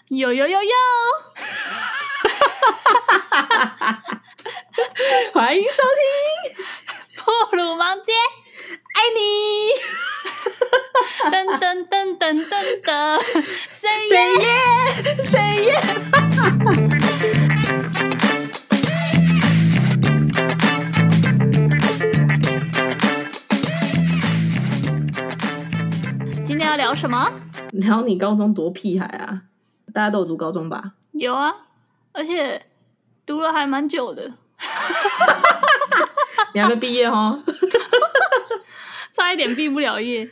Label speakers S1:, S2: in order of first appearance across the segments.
S1: 有有有有，
S2: 欢迎收听
S1: 破鲁盲爹，
S2: 爱你
S1: 噔噔噔噔噔噔
S2: ，Say yeah，Say yeah。
S1: 今天要聊什么？
S2: 聊你高中多屁孩啊！大家都有读高中吧？
S1: 有啊，而且读了还蛮久的。
S2: 你还没毕业哦？
S1: 差一点毕不了业。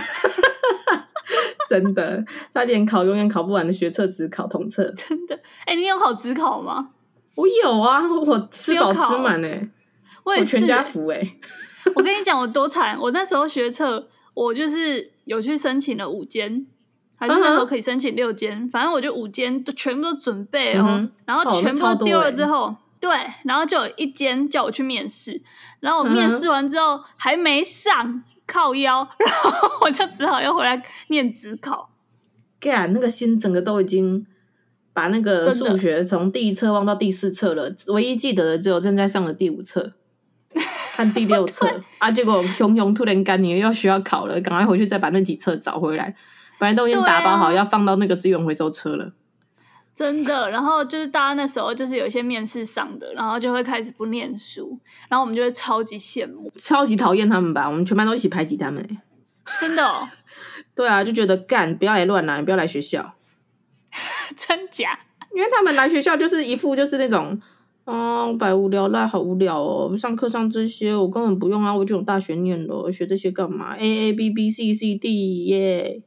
S2: 真的，差点考永远考不完的学测、指考、统测。
S1: 真的，你有考指考吗？
S2: 我有啊，我吃饱吃满
S1: 我也是，
S2: 我全家福
S1: 我跟你讲，我多惨！我那时候学测，我就是有去申请了5间，还是那时候可以申请6间，反正我就5间都全部都准备然后全部都丢了之后，对，然后就有1间叫我去面试，然后我面试完之后还没上，靠腰，然后我就只好又回来念指考。
S2: 干，那个心整个都已经把那个数学从第1册忘到第4册了，唯一记得的只有正在上的第5册。看第6册啊，结果熊熊突然干，你又需要考了，赶快回去再把那几册找回来，本来都已经打包好要放到那个资源回收车了。
S1: 真的，然后就是大家那时候就是有一些面试上的，然后就会开始不念书，然后我们就会超级羡慕，
S2: 超级讨厌他们吧？我们全班都一起排挤他们
S1: 真的哦。
S2: 对啊，就觉得干不要来乱来，不要来学校。
S1: 真假？
S2: 因为他们来学校就是一副就是那种百无聊赖，好无聊哦！上课上这些我根本不用啊，我就有大学念了，学这些干嘛 ？A A B B C C D 耶、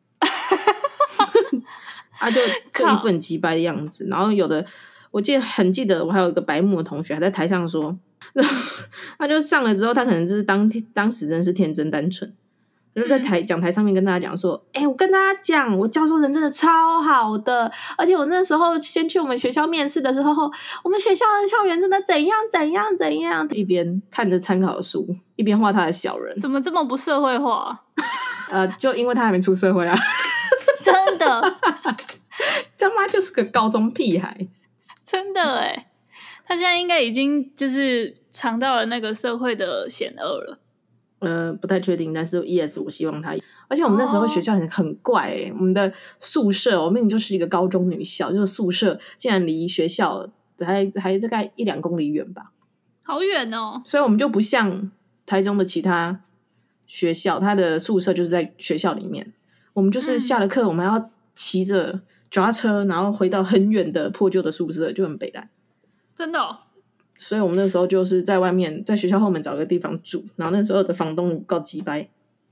S2: 啊就一副很鸡掰的样子。然后有的我记得我还有一个白目的同学还在台上说，他就上了之后，他可能就是当时真的是天真单纯。就在讲台上面跟大家讲说，我跟大家讲，我教授人真的超好的，而且我那时候先去我们学校面试的时候，我们学校的校园真的怎样怎样怎样，一边看着参考书，一边画他的小人。
S1: 怎么这么不社会化
S2: 就因为他还没出社会啊。
S1: 真的
S2: 他妈就是个高中屁孩，
S1: 真的他现在应该已经就是尝到了那个社会的险恶了。
S2: 不太确定，但是 yes 我希望他。而且我们那时候学校很怪我们的宿舍，我明明就是一个高中女校，就是宿舍竟然离学校还大概1-2公里远吧，
S1: 好远哦。
S2: 所以我们就不像台中的其他学校，它的宿舍就是在学校里面，我们就是下了课我们还要骑着脚踏车，然后回到很远的破旧的宿舍，就很北烂。
S1: 真的哦。
S2: 所以我们那时候就是在外面，在学校后面找个地方住，然后那时候的房东够鸡掰。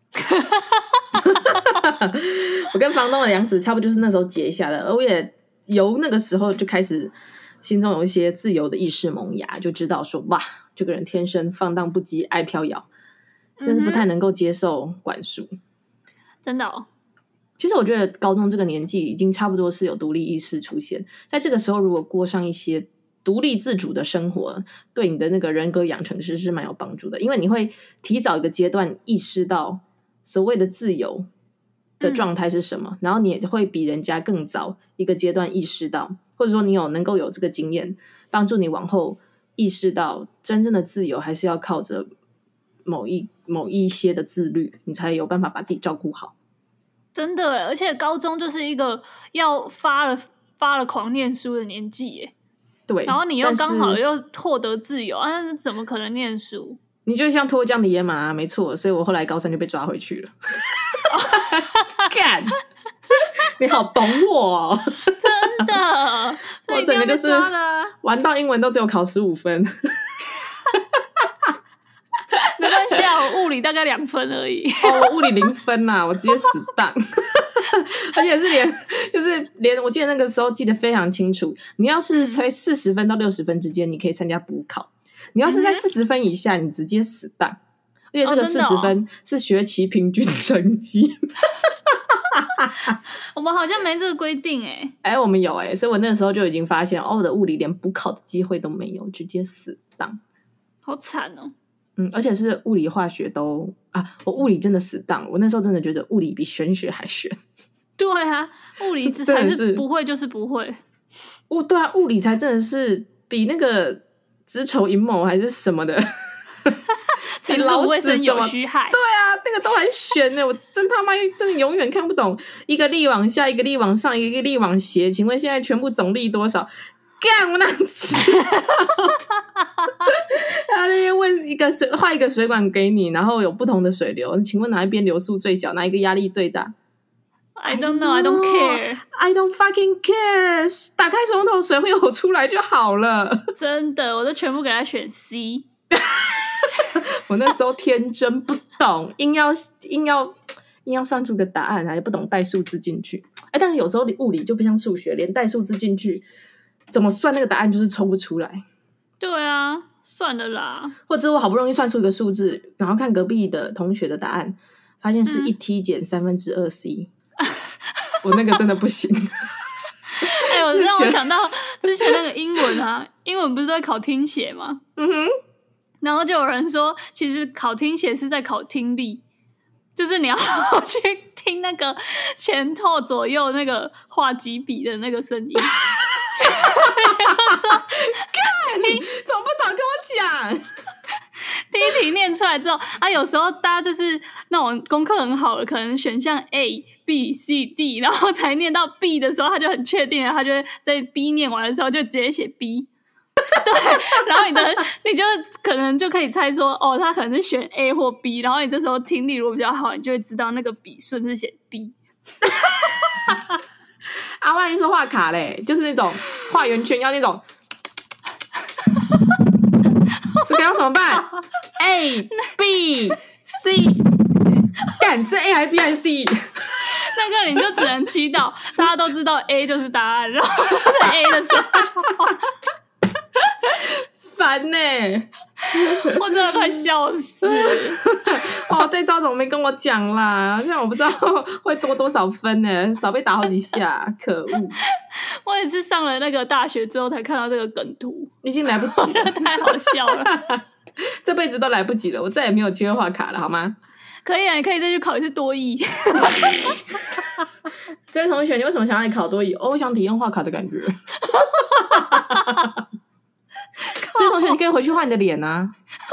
S2: 我跟房东的梁子差不多就是那时候结下的，而我也由那个时候就开始心中有一些自由的意识萌芽，就知道说哇，这个人天生放荡不羁，爱飘摇，真是不太能够接受管束。
S1: 真的哦。
S2: 其实我觉得高中这个年纪已经差不多是有独立意识出现，在这个时候如果过上一些独立自主的生活，对你的那个人格养成是蛮有帮助的，因为你会提早一个阶段意识到所谓的自由的状态是什么，然后你也会比人家更早一个阶段意识到，或者说你能够有这个经验，帮助你往后意识到真正的自由还是要靠着某一些的自律，你才有办法把自己照顾好。
S1: 真的而且高中就是一个要发了狂念书的年纪耶。
S2: 对，
S1: 然后你又刚好又获得自由那怎么可能念书？你
S2: 就像脱缰的野马没错，所以我后来高3就被抓回去了。干，你好懂我哦。
S1: 真的。
S2: 我整个就是玩到英文都只有考15分。
S1: 没关系我物理大概2分而已。
S2: 我物理0分啦，我直接死当。而且是连我记得那个时候记得非常清楚，你要是才40分到60分之间，你可以参加补考；你要是在40分以下，你直接死当。而且这个40分是学期平均成绩。
S1: 我们好像没这个规定
S2: 我们有所以我那时候就已经发现我的物理连补考的机会都没有，直接死当。
S1: 好惨哦。
S2: 而且是物理化学都我物理真的死当，我那时候真的觉得物理比玄学还玄。
S1: 对啊， 物理才是不会就是不会。
S2: 对啊，物理才真的是比那个子丑寅卯还是什么的
S1: 陈述卫生有虚害。
S2: 对啊，那个都很悬的，我真他妈真的永远看不懂，一个力往下，一个力往上，一个力往斜，请问现在全部总力多少？干我哪知道他那边问画一个水管给你，然后有不同的水流，请问哪一边流速最小，哪一个压力最大？
S1: I don't know, I don't care,
S2: I don't fucking care。 打开水龙头水会有出来就好了。
S1: 真的，我都全部给他选 C。
S2: 我那时候天真不懂，硬要算出个答案，还不懂带数字进去。但是有时候物理就不像数学，连带数字进去怎么算那个答案就是抽不出来。
S1: 对啊，算了啦。
S2: 或者我好不容易算出一个数字，然后看隔壁的同学的答案，发现是1t 减2/3c。我那个真的不行。
S1: 我让我想到之前那个英文啊，英文不是在考听写吗？然后就有人说，其实考听写是在考听力，就是你要去听那个前后左右那个画几笔的那个声音。说，
S2: 干，你怎么不早跟我讲？
S1: 第一题念出来之后啊，有时候大家就是那种功课很好的，可能选项 A、B、C、D， 然后才念到 B 的时候，他就很确定了，他就会在 B 念完的时候就直接写 B。对，然后你就可能就可以猜说，他可能是选 A 或 B， 然后你这时候听力如果比较好，你就会知道那个笔顺是写 B。
S2: 啊，万一是画卡嘞，就是那种画圆圈要那种。这个要怎么办？ A B C， 干是 A 还是 B 还是 C？
S1: 那个你就只能祈祷大家都知道 A 就是答案，然后在 A 的时候就画。
S2: 烦欸，
S1: 我真的快笑死。
S2: 这招怎么没跟我讲啦？这样我不知道会多少分呢，少被打好几下，可恶。
S1: 我也是上了那个大学之后才看到这个梗图，
S2: 已经来不及了。
S1: 太好笑了。
S2: 这辈子都来不及了，我再也没有机会画卡了，好吗？
S1: 可以啊，你可以再去考一次多益。
S2: 这位同学，你为什么想要来考多益？我想体验画卡的感觉。这位同学，你可以回去画你的脸啊。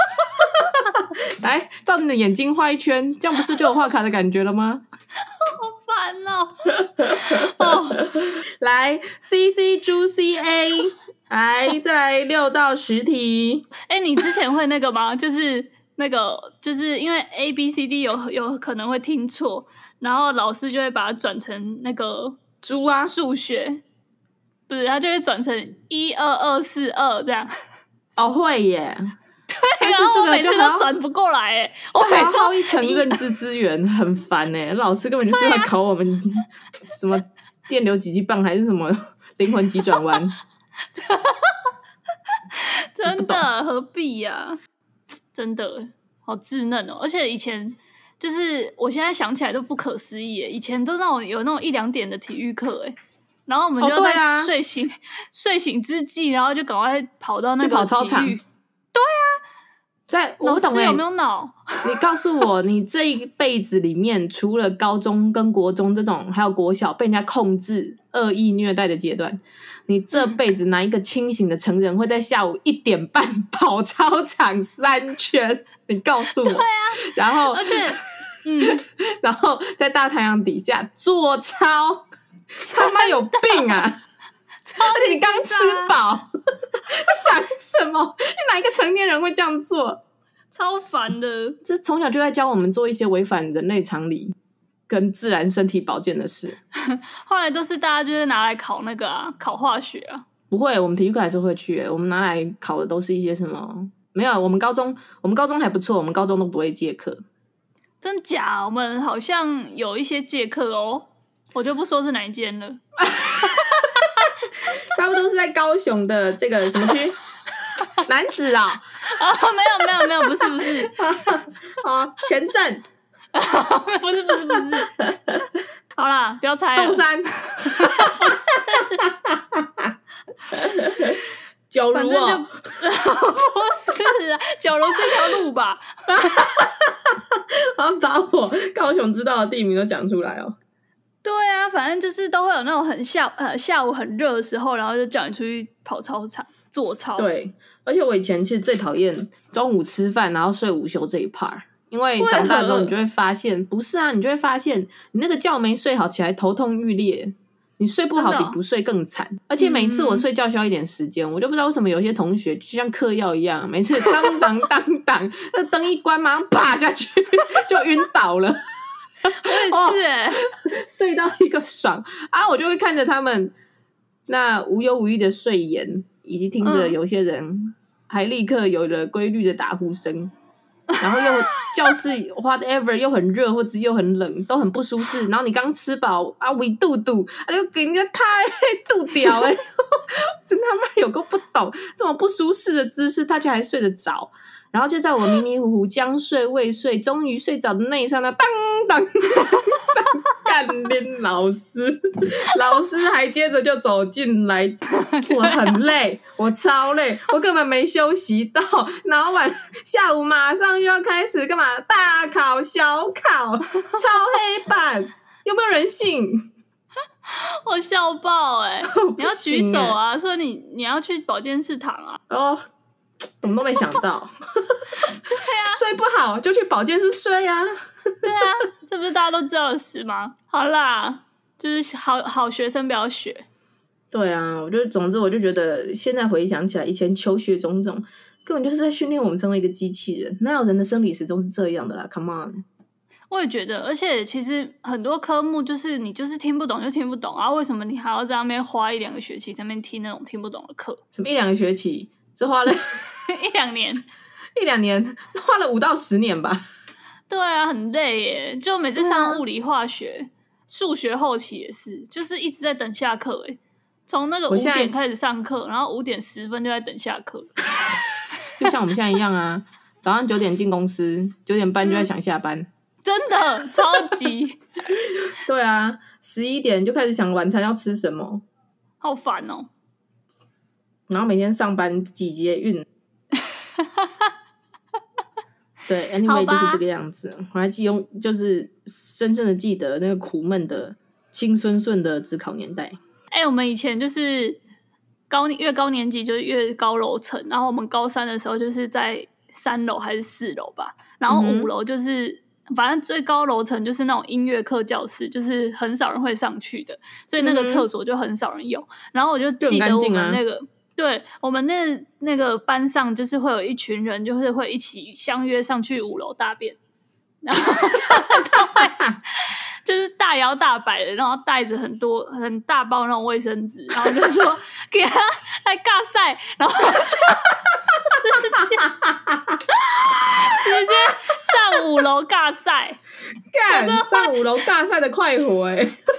S2: 来，照着你的眼睛画一圈，这样不是就有画卡的感觉了吗？
S1: 好烦哦。
S2: 来 ，C猪 CA， 来，再来6到10题。
S1: 你之前会那个吗？就是因为 A B C D 有可能会听错，然后老师就会把它转成那个
S2: 猪啊
S1: 数学，不是，他就会转成12242这样。
S2: 会耶。
S1: 对，然后我每次都转不过来耶，我每次
S2: 耗一层认知资源，很烦耶。老师根本就是要考我们什么电流几级棒还是什么灵魂急转弯。
S1: 真的何必呀？真的好稚嫩哦！而且以前就是我现在想起来都不可思议耶，以前都有那种1-2点的体育课哎，然后我们就在睡醒之际，然后就赶快跑到那个
S2: 跑操场。
S1: 对啊，
S2: 我不懂
S1: 老师有没有脑？
S2: 你告诉我，你这一辈子里面，除了高中跟国中这种，还有国小被人家控制、恶意虐待的阶段，你这辈子哪一个清醒的成人会在下午1点半跑操场3圈？你告诉我。对啊，然后
S1: 而且
S2: 然后在大太阳底下做操，他妈有病啊！而且你刚吃饱，在想什么？你哪一个成年人会这样做？
S1: 超烦的！
S2: 这从小就在教我们做一些违反人类常理跟自然身体保健的事。
S1: 后来都是大家就是拿来考那个考化学啊。
S2: 不会，我们体育课还是会去。我们拿来考的都是一些什么？没有，我们高中还不错，我们高中都不会借课。
S1: 真假？我们好像有一些借课哦，我就不说是哪一间了。
S2: 差不多是在高雄的这个什么区？男子啊？
S1: 没有，不是。
S2: 前镇。
S1: 不是。好啦，不要猜了。
S2: 凤山。九如哦。
S1: 不是啊，九如是一条路吧？
S2: 好像把我高雄知道的地名都讲出来哦。
S1: 对啊，反正就是都会有那种下午很热的时候，然后就叫你出去跑操场做操。
S2: 对，而且我以前其实最讨厌中午吃饭然后睡午休这一 part， 因为长大之后你就会发现，不是啊，你就会发现你那个觉没睡好，起来头痛欲裂。你睡不好比不睡更惨，而且每次我睡觉需要一点时间，我就不知道为什么有些同学就像嗑药一样，每次当当当当，那灯一关马上啪下去就晕倒了。
S1: 我也是
S2: 睡到一个爽啊！我就会看着他们那无忧无虑的睡颜，以及听着有些人还立刻有了规律的打呼声。然后又教室 whatever 又很热或者又很冷，都很不舒适。然后你刚吃饱啊，胃肚肚，就给人家趴肚掉真他妈有够不懂，这么不舒适的姿势，他却还睡得着。然后就在我迷迷糊糊将睡未睡，终于睡着的那一刹那，当当干练老师还接着就走进来，我很累，我超累，我根本没休息到，然后下午马上就要开始干嘛？大考小考，超黑板，有没有人信？
S1: 我笑爆你要举手啊！说你要去保健室躺啊！
S2: 哦，怎么都没想到。
S1: 对啊，
S2: 睡不好就去保健室睡啊。
S1: 对啊，这不是大家都知道的事吗？好啦，就是好学生不要学。
S2: 对啊，总之我就觉得现在回想起来，以前求学种种根本就是在训练我们成为一个机器人，哪有人的生理时钟是这样的啦 ？Come on！
S1: 我也觉得，而且其实很多科目就是你就是听不懂就听不懂啊，为什么你还要在那边花1-2个学期在那边听那种听不懂的课？
S2: 什么1-2个学期？这花了
S1: 1-2年
S2: ，1-2年，这花了5到10年吧。
S1: 对啊，很累耶！就每次上物理、化学、数学后期也是，就是一直在等下课耶。从那个5点开始上课，然后5点10分就在等下课。
S2: 就像我们现在一样啊，早上9点进公司，9点半就在想下班。
S1: 真的超级。
S2: 对啊，11点就开始想晚餐要吃什么，
S1: 好烦哦。
S2: 然后每天上班挤捷运。对 ，anyway 就是这个样子。我还就是深深的记得那个苦闷的青春顺的指考年代。
S1: 我们以前就是越高年级就是越高楼层，然后我们高3的时候就是在3楼还是4楼吧，然后5楼就是反正最高楼层就是那种音乐课教室，就是很少人会上去的，所以那个厕所就很少人用。然后我就记得我们那个。对，我们那个班上就是会有一群人，就是会一起相约上去5楼大便，然后就是大摇大摆的，然后带着很大包那种卫生纸，然后就说给他来尬赛，然后直接上5楼尬赛，
S2: 干上5楼尬赛的快活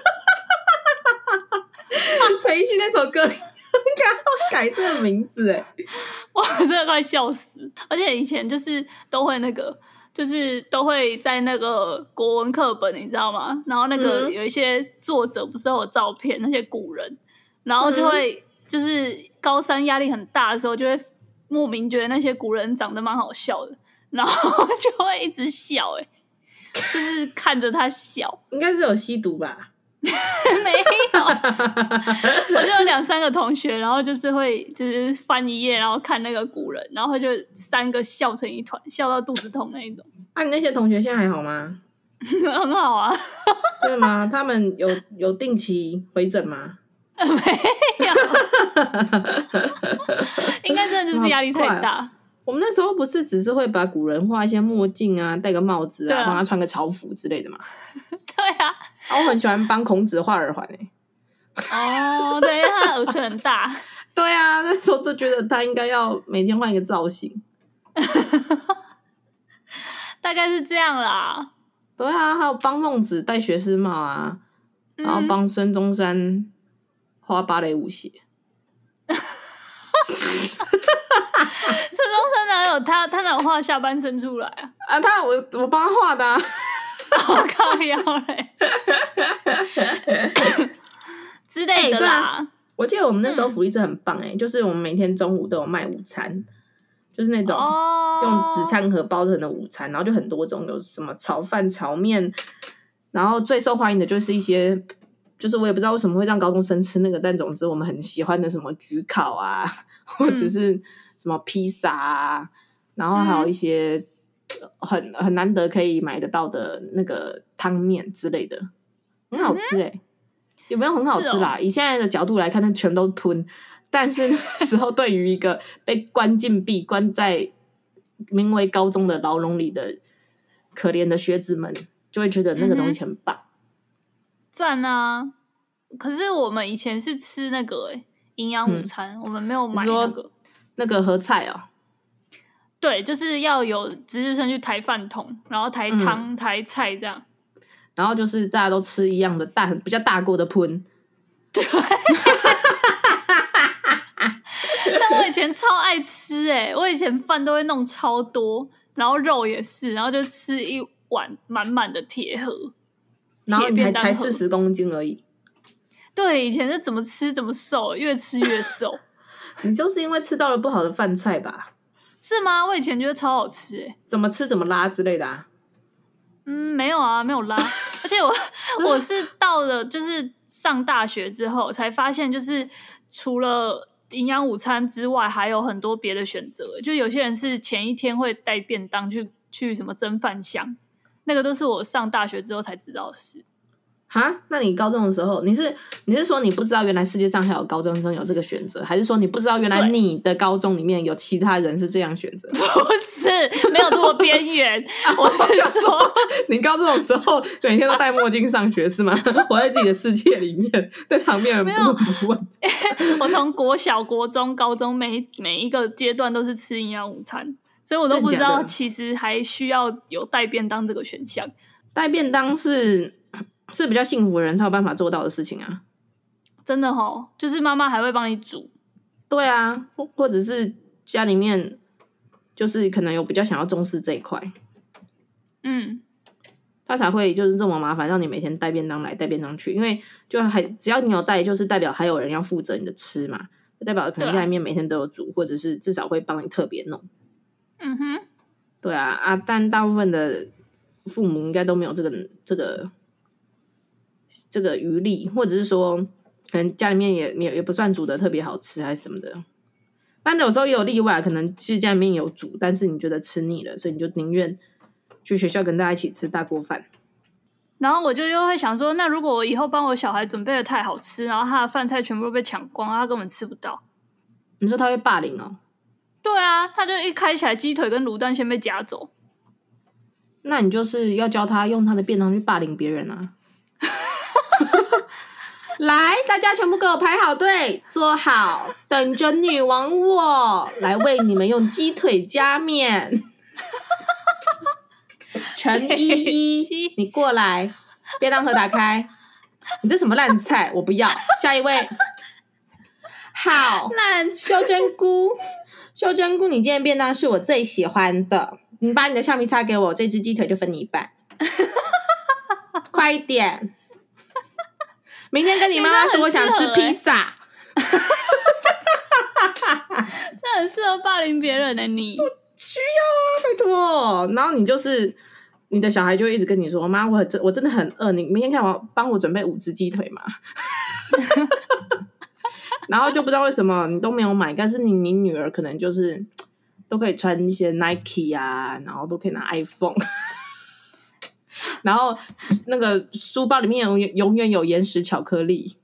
S2: 陈奕迅那首歌。应该要改这个名字
S1: 我真的快笑死！而且以前就是都会就是都会在那个国文课本，你知道吗？然后那个有一些作者不是都有照片，那些古人，然后就会就是高3压力很大的时候，就会莫名觉得那些古人长得蛮好笑的，然后就会一直笑就是看着他笑。
S2: 应该是有吸毒吧？
S1: 没有，我就有2-3个同学，然后就是会就是翻一页，然后看那个古人，然后就3个笑成一团，笑到肚子痛那一种。
S2: 啊，你那些同学现在还好吗？
S1: 很好啊。
S2: 对吗？他们有定期回诊吗？
S1: 没有，应该真的就是压力太大。
S2: 我们那时候不是只是会把古人画一些墨镜啊，戴个帽子啊，帮他穿个朝服之类的嘛？
S1: 对啊。
S2: 我很喜欢帮孔子画耳环
S1: 哦，对，因为他耳垂很大。
S2: 对啊，那时候都觉得他应该要每天换一个造型。
S1: 大概是这样啦。
S2: 对啊，还有帮孟子戴学士帽啊，然后帮孙中山画芭蕾舞鞋。
S1: 孙中山哪有他哪有画下半身出来啊？
S2: 我帮他画的啊。
S1: 靠腰嘞之类的啦。
S2: 我记得我们那时候福利是很棒就是我们每天中午都有卖午餐，就是那种用纸餐盒包成的午餐，然后就很多种，有什么炒饭、炒面、 然后最受欢迎的就是一些，就是我也不知道为什么会让高中生吃那个，但总之我们很喜欢的什么焗烤啊，或者是什么披萨啊，然后还有一些很难得可以买得到的那个汤面之类的，很好吃欸。有没有很好吃啦？以现在的角度来看，那全都吞。但是那时候对于一个被关禁闭、关在名为高中的牢笼里的可怜的学子们，就会觉得那个东西很棒。
S1: 赞啊！可是我们以前是吃那个营养午餐，我们没有买
S2: 那个合菜哦。
S1: 对，就是要有值日生去抬饭桶，然后抬汤、抬菜这样。
S2: 然后就是大家都吃一样的比较大锅的喷。
S1: 对。但我以前超爱吃我以前饭都会弄超多，然後肉也是，然后就吃一碗满满的铁盒，
S2: 然后你还才40公斤而已。
S1: 对，以前是怎么吃怎么瘦，越吃越瘦。
S2: 你就是因为吃到了不好的饭菜吧？
S1: 是吗？我以前觉得超好吃
S2: 怎么吃怎么拉之类的啊？
S1: 没有啊，没有拉。而且我是到了就是上大学之后才发现，就是除了营养午餐之外还有很多别的选择，就有些人是前一天会带便当去什么蒸饭箱，那个都是我上大学之后才知道的事。
S2: 哈，那你高中的时候，你是说你不知道原来世界上还有高中生有这个选择，还是说你不知道原来你的高中里面有其他人是这样选择？
S1: 不是，没有这么边缘。我是说
S2: 你高中的时候每天都戴墨镜上学是吗？活在自己的世界里面，对旁边人不闻不问。
S1: 我从国小、国中、高中每一个阶段都是吃营养午餐，所以我都不知道其实还需要有带便当这个选项。
S2: 带便当是比较幸福的人才有办法做到的事情啊。
S1: 真的就是妈妈还会帮你煮。
S2: 对啊，或者是家里面就是可能有比较想要重视这一块，他才会就是这么麻烦让你每天带便当来带便当去，因为就只要你有带，就是代表还有人要负责你的吃嘛，就代表可能家里面每天都有煮，或者是至少会帮你特别弄。对啊，但大部分的父母应该都没有这个余力，或者是说可能家里面也不算煮的特别好吃还是什么的。但有时候也有例外，可能其实家里面有煮，但是你觉得吃腻了，所以你就宁愿去学校跟大家一起吃大锅饭。
S1: 然后我就又会想说，那如果我以后帮我小孩准备的太好吃，然后他的饭菜全部都被抢光，他根本吃不到。
S2: 你说他会霸凌哦？
S1: 对啊，他就一开起来鸡腿跟卤蛋先被夹走。
S2: 那你就是要教他用他的便当去霸凌别人啊。来，大家全部给我排好队，坐好，等着女王我来为你们用鸡腿加面。陈依依，你过来，便当盒打开。你这什么烂菜？我不要。下一位。好，秀珍菇，你今天便当是我最喜欢的。你把你的橡皮擦给我，这只鸡腿就分你一半。快一点。明天跟你妈妈说我想吃披萨。
S1: 这很适合霸凌别人的你。
S2: 需要啊，拜托。然后你就是你的小孩就会一直跟你说，妈，我真的很饿，你明天看我帮我准备5只鸡腿嘛。然后就不知道为什么你都没有买，但是你女儿可能就是都可以穿一些 Nike 啊，然后都可以拿 iPhone。然后那个书包里面永远有岩石巧克力。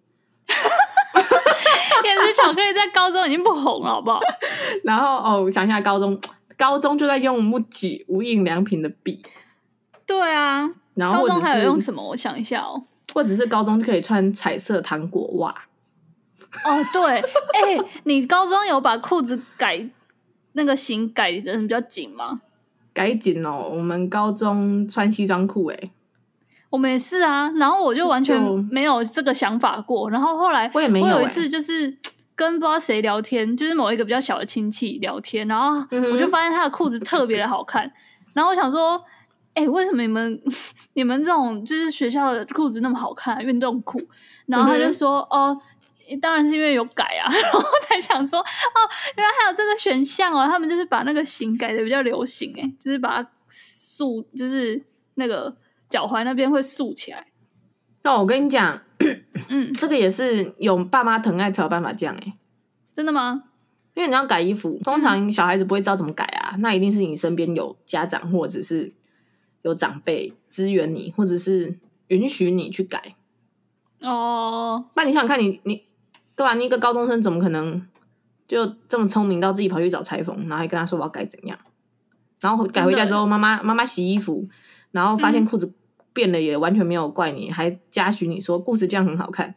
S1: 岩石巧克力在高中已经不红了，好不好？
S2: 然后想一下，高中就在用木吉无印良品的笔。
S1: 对啊，
S2: 然后
S1: 高中还有用什么？我想一下
S2: 或者是高中就可以穿彩色糖果袜。
S1: 对，你高中有把裤子那个型改得比较紧吗？
S2: 改紧哦，我们高中穿西装裤
S1: 我们也是啊，然后我就完全没有这个想法过。然后后来
S2: 我也没有。
S1: 我有一次就是跟不知道谁聊天，就是某一个比较小的亲戚聊天，然后我就发现他的裤子特别的好看。然后我想说，为什么你们这种就是学校的裤子那么好看，运动裤？然后他就说，当然是因为有改啊。然后才想说，原来还有这个选项他们就是把那个型改的比较流行就是把它就是那个脚踝那边会竖起来。
S2: 那我跟你讲，这个也是有爸妈疼爱才有办法这样
S1: 真的吗？
S2: 因为你要改衣服，通常小孩子不会知道怎么改啊，那一定是你身边有家长或者是有长辈支援你，或者是允许你去改。
S1: 哦，
S2: 那你想想看你对吧？你一个高中生怎么可能就这么聪明到自己跑去找裁缝，然后还跟他说我要改怎样？然后改回家之后，妈妈洗衣服，然后发现裤子变了，也完全没有怪你，还嘉许你说裤子这样很好看。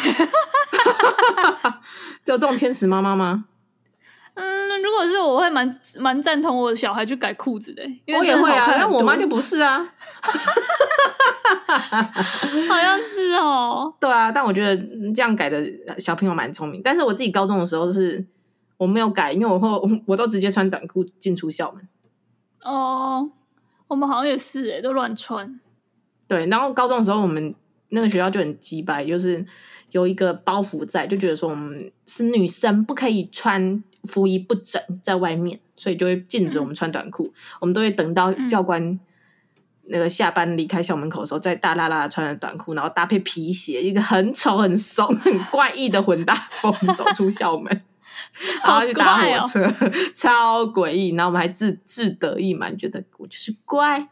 S2: 只有这种天使妈妈吗？
S1: 如果是我会蛮赞同我的小孩去改裤子的，因为
S2: 我也会啊，但我妈就不是啊。
S1: 好像是哦。
S2: 对啊，但我觉得这样改的小朋友蛮聪明。但是我自己高中的时候是我没有改，因为我都直接穿短裤进出校门。
S1: 哦，我们好像也是都乱穿。
S2: 对，然后高中的时候我们那个学校就很鸡掰，就是有一个包袱在，就觉得说我们是女生不可以穿服仪不整在外面，所以就会禁止我们穿短裤。我们都会等到教官那个下班离开校门口的时候，再大拉拉穿着短裤，然后搭配皮鞋，一个很丑很怂很怪异的混搭风走出校门。然后去搭火车，超诡异。然后我们还自得意满，觉得我就是乖。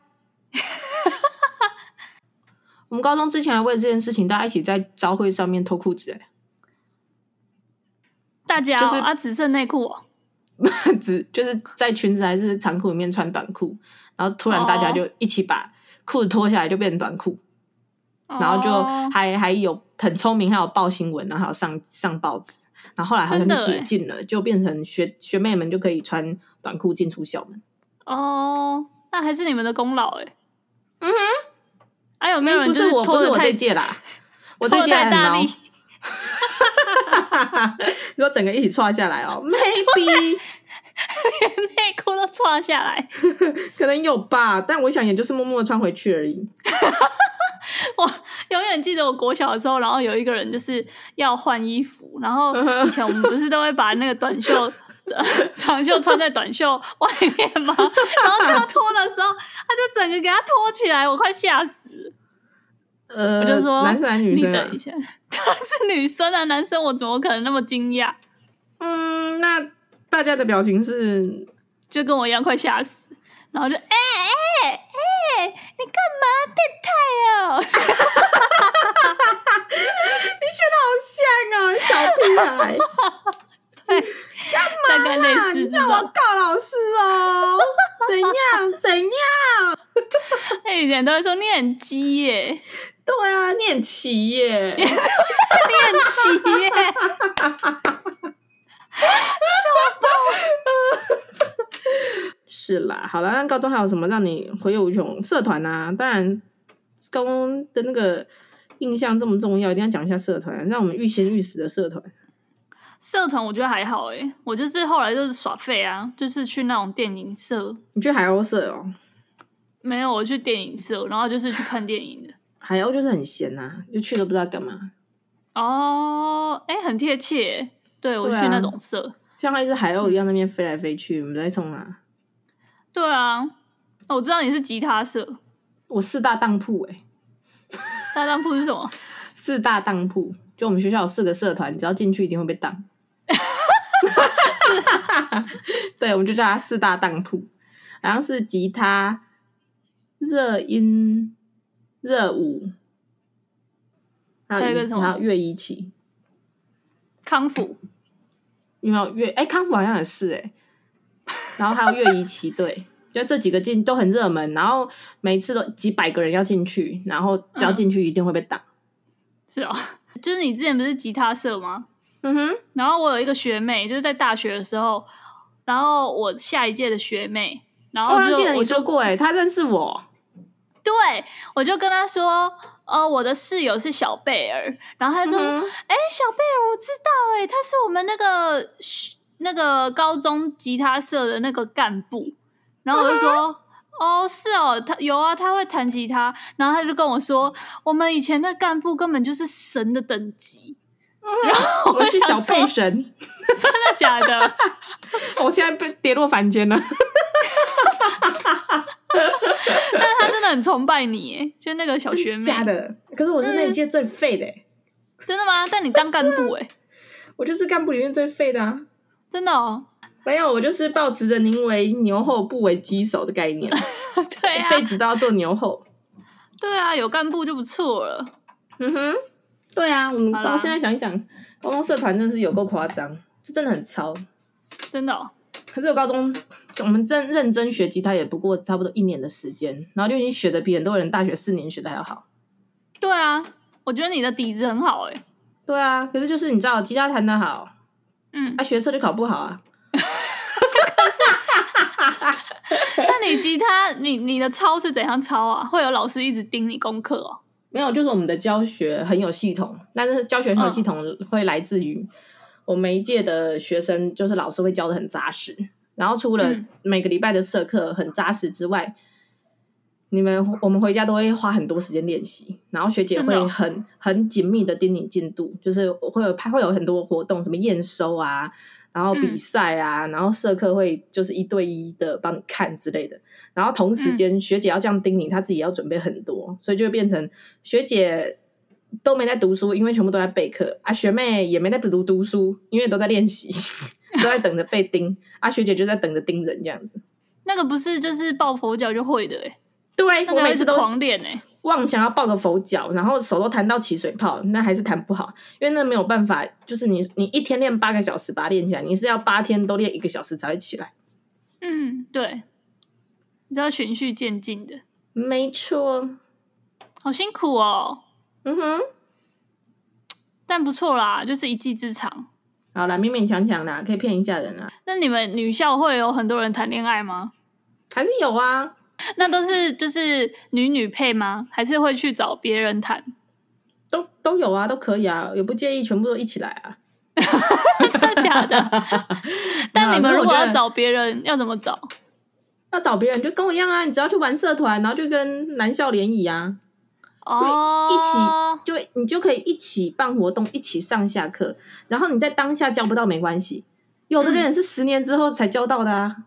S2: 我们高中之前还为了这件事情，大家一起在朝会上面脱裤子。
S1: 大家
S2: 就是
S1: 只剩内裤
S2: 就是在裙子还是长裤里面穿短裤，然后突然大家就一起把裤子脱下来，就变成短裤。然后就还有很聪明，还有报新闻，然后还有上报纸。然后后来好像就解禁了，就变成学妹们就可以穿短裤进出校门。
S1: 哦，那还是你们的功劳有没有人
S2: 不是我这届啦，我这届很孬。你说整个一起歘下来哦 ，maybe
S1: 连内裤都歘下来，
S2: 可能有吧，但我想也就是默默的穿回去而已。
S1: 我永远记得我国小的时候，然后有一个人就是要换衣服，然后以前我们不是都会把那个短袖长袖穿在短袖外面吗？然后他要脱的时候，他就整个给他脱起来，我快吓死了。我就说
S2: 男生还是女生
S1: 你等一下，他是女生啊，男生我怎么可能那么惊讶？
S2: 那大家的表情是
S1: 就跟我一样快吓死，然后就你干嘛变态哦？
S2: 你学得好像哦，小屁孩。
S1: 对，
S2: 干嘛
S1: 大概类似
S2: 你让我告老师哦？怎样？
S1: 以前都会说你很鸡耶。
S2: 对啊，你很奇耶，
S1: 你很奇耶，笑爆！
S2: 是啦，好了，那高中还有什么让你回忆无穷？社团啊，当然高中的那个印象这么重要，一定要讲一下社团，让我们欲仙欲死的社团。
S1: 社团我觉得还好我就是后来就是耍废啊，就是去那种电影社。
S2: 你去海鸥社哦？
S1: 没有，我去电影社，然后就是去看电影的。
S2: 海鸥就是很闲啊，就去都不知道干嘛。
S1: 哦，很贴切。对，我去那种社，
S2: 像一只海鸥一样那边飞来飞去，我们在冲啊。
S1: 对啊，我知道你是吉他社。
S2: 我4大当铺
S1: 大当铺是什么
S2: ？4大当铺，就我们学校有4个社团，只要进去一定会被当。对，我们就叫它4大当铺，好像是吉他、热音、热舞，还有乐仪器、
S1: 康复。
S2: 有没有康复好像也是然后还有乐仪器，对，就这几个都很热门，然后每次都几百个人要进去，然后只要进去一定会被打。
S1: 是哦，就是你之前不是吉他社吗？然后我有一个学妹，就是在大学的时候，然后我下一届的学妹，然后
S2: 记得你说过她认识我。
S1: 对，我就跟她说我的室友是小贝尔，然后她就说小贝尔我知道他是我们那个高中吉他社的那个干部，然后我就说是哦，他有啊，他会弹吉他，然后他就跟我说我们以前的干部根本就是神的等级。然后
S2: 我是小佩神。
S1: 真的假的？
S2: 我现在被跌落凡间了。
S1: 但他真的很崇拜你耶，就那个小学妹。
S2: 假的？可是我是那一届最废的耶。
S1: 真的吗？但你当干部哎。
S2: 我就是干部里面最废的啊。
S1: 真的哦。
S2: 没有，我就是抱持着宁为牛后不为鸡首的概念。
S1: 对啊，
S2: 一辈子都要做牛后。
S1: 对啊，有干部就不错了。
S2: 对啊，我们到现在想一想，高中社团真的是有够夸张，是真的很超。
S1: 真的哦。
S2: 可是我高中我们认真学吉他也不过差不多1年的时间，然后就已经学的比很多人大学4年学的还要好。
S1: 对啊，我觉得你的底子很好耶。
S2: 对啊，可是就是你知道吉他弹得好，学测就考不好啊。
S1: 但你吉他你的抄是怎样抄啊？会有老师一直盯你功课哦？
S2: 没有，就是我们的教学很有系统，但是教学很有系统会来自于我每一届的学生，就是老师会教的很扎实，然后除了每个礼拜的社课很扎实之外，我们回家都会花很多时间练习，然后学姐会很紧密的盯你进度，就是会有很多活动，什么验收啊，然后比赛啊，然后社课会就是1对1的帮你看之类的，然后同时间学姐要这样盯你，她自己也要准备很多，所以就会变成学姐都没在读书，因为全部都在备课啊，学妹也没在读书，因为都在练习，都在等着被盯啊，学姐就在等着盯人这样子。
S1: 那个不是就是抱佛脚就会的
S2: 对，我每次都
S1: 狂练
S2: 妄想要抱个佛脚，然后手都弹到起水泡，那还是弹不好，因为那没有办法，就是你一天练8个小时把它练起来，你是要8天都练1个小时才会起来。
S1: 对，你知道循序渐进的。
S2: 没错。
S1: 好辛苦哦。但不错啦，就是一技之长。
S2: 好啦，勉勉强强啦，可以骗一下人啦。
S1: 那你们女校会有很多人谈恋爱吗？
S2: 还是有啊。
S1: 那都是就是女配吗？还是会去找别人谈？
S2: 都有啊，都可以啊，也不介意全部都一起来啊。
S1: 真的假的？但你们如果要找别人要怎么找？
S2: 要找别人就跟我一样啊，你只要去玩社团，然后就跟男校联谊啊，就一起你就可以一起办活动，一起上下课，然后你在当下交不到没关系，有的人是10年之后才交到的啊。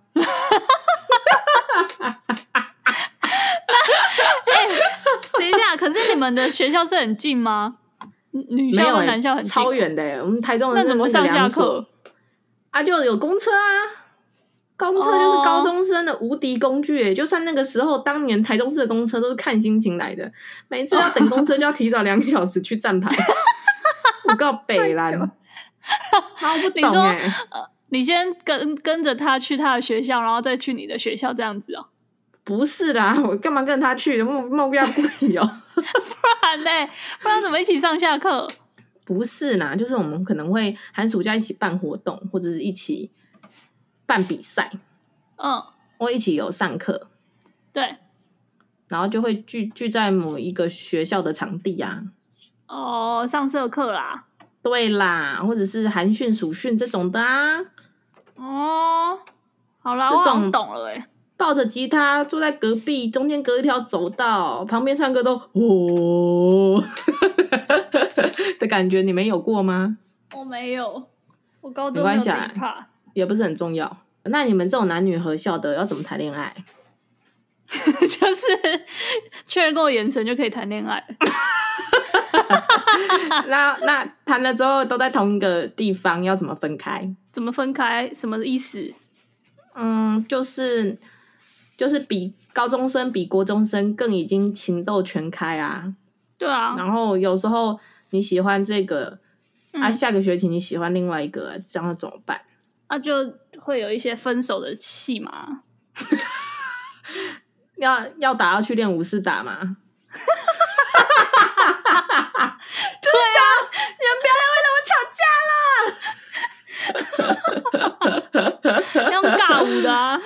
S1: 等一下，可是你们的学校是很近吗？女校跟男校很近
S2: 超远的我们台中人
S1: 那怎么上下课
S2: 啊？就有公车啊，公车就是高中生的无敌工具就算那个时候当年台中市的公车都是看心情来的，每次要等公车就要提早2个小时去站牌。我告北兰，我不懂
S1: 你先跟着他去他的学校，然后再去你的学校这样子哦？
S2: 不是啦，我干嘛跟他去？目标不一哦。
S1: 不然怎么一起上下课？
S2: 不是啦，就是我们可能会寒暑假一起办活动，或者是一起办比赛，或一起有上课，
S1: 对，
S2: 然后就会聚在某一个学校的场地啊。
S1: 上社课啦。
S2: 对啦，或者是寒训、暑训这种的啊。
S1: 好啦，我好像懂了
S2: 抱着吉他坐在隔壁，中间隔一条走道，旁边唱歌都的感觉，你没有过吗？
S1: 我没有，我高中没有自己怕，
S2: 也不是很重要。那你们这种男女合校的要怎么谈恋爱？
S1: 就是确认过眼神就可以谈恋爱。
S2: 那谈了之后都在同一个地方，要怎么分开？
S1: 怎么分开？什么意思？
S2: 就是比高中生比国中生更已经情窦全开啊。
S1: 对啊。
S2: 然后有时候你喜欢这个，下个学期你喜欢另外一个，这样怎么办？
S1: 就会有一些分手的戏码。
S2: 要打要去练武士打吗？
S1: 对啊，
S2: 你们不要再为了我吵架
S1: 啦！用尬舞的啊。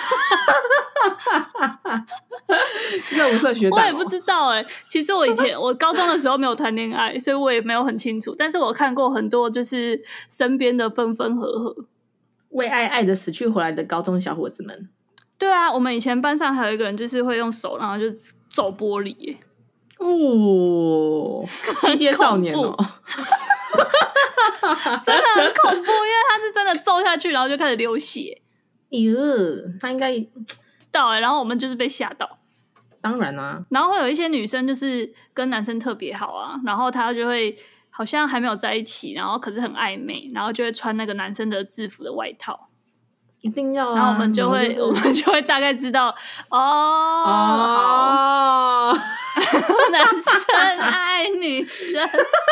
S2: 热舞社学长
S1: 我也不知道其实我高中的时候没有谈恋爱，所以我也没有很清楚，但是我看过很多就是身边的分分合合，
S2: 为爱爱的死去活来的高中小伙子们。
S1: 对啊，我们以前班上还有一个人就是会用手然后就揍玻璃
S2: 西街少年真的
S1: 很恐怖，因为他是真的揍下去然后就开始流血。
S2: 他应该知
S1: 道然后我们就是被吓到。
S2: 当然啊。
S1: 然后会有一些女生就是跟男生特别好啊，然后她就会好像还没有在一起，然后可是很暧昧，然后就会穿那个男生的制服的外套。
S2: 一定要啊，
S1: 然后我们就会、我们就会大概知道
S2: 哦，
S1: 男生爱女生，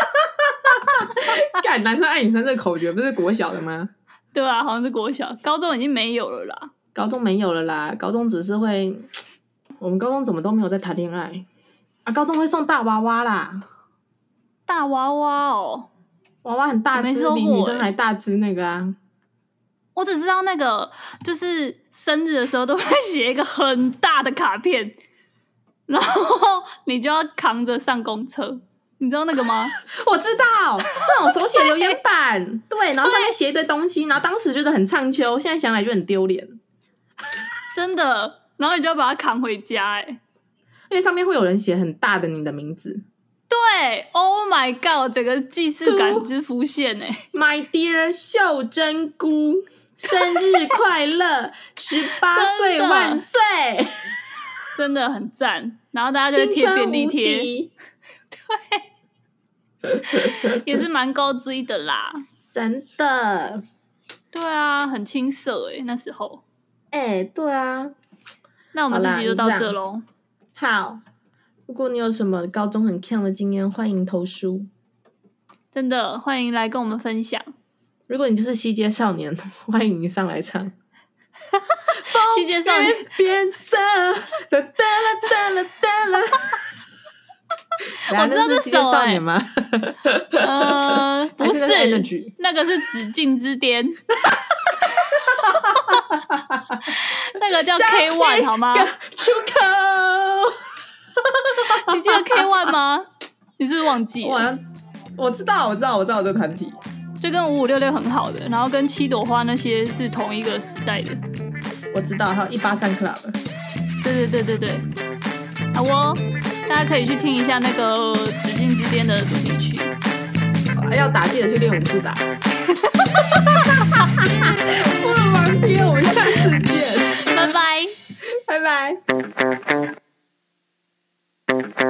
S2: 干男生爱女生这个口诀不是国小的吗？
S1: 对啊，好像是国小，高中已经没有了啦。
S2: 高中没有了啦，高中只是会，我们高中怎么都没有在谈恋爱啊？高中会送大娃娃啦，
S1: 大娃娃哦，
S2: 娃娃很大只，比女生还大只那个啊。
S1: 我只知道那个就是生日的时候都会写一个很大的卡片，然后你就要扛着上公车，你知道那个吗？
S2: 我知道那种手写留言板，对，然后上面写一堆东西，然后当时觉得很畅秋，现在想来就很丢脸，
S1: 真的。然后你就要把它扛回家，而
S2: 且上面会有人写很大的你的名字。
S1: 对 ，Oh my God， 整个既视感就是浮现
S2: My dear 秀珍菇。生日快乐，18岁万岁！
S1: 真的很赞。然后大家就贴便利贴，对，也是蛮高追的啦，
S2: 真的。
S1: 对啊，很青涩那时候。
S2: 对啊。
S1: 那我们这集就到这咯。
S2: 好，如果你有什么高中很强的经验，欢迎投书。
S1: 真的，欢迎来跟我们分享。
S2: 如果你就是西街少年，欢迎你上来唱。
S1: 西街少年
S2: 变色，哒哒啦哒啦哒啦。
S1: 我知道这首
S2: 少年吗？
S1: 不是，
S2: 是
S1: 那个是紫禁之巅。那个叫 K1 好吗？
S2: 出口。
S1: 你记得 K1 吗？你是不是忘记了？
S2: 我知道这个团体。
S1: 就跟5566很好的，然后跟七朵花那些是同一个时代的。
S2: 我知道，还有183 Club。
S1: 对，好哦，大家可以去听一下那个紫禁之巅的主题曲。
S2: 要打记得去练武士打。不能玩屁，我们下次见，
S1: 拜拜，
S2: 拜拜。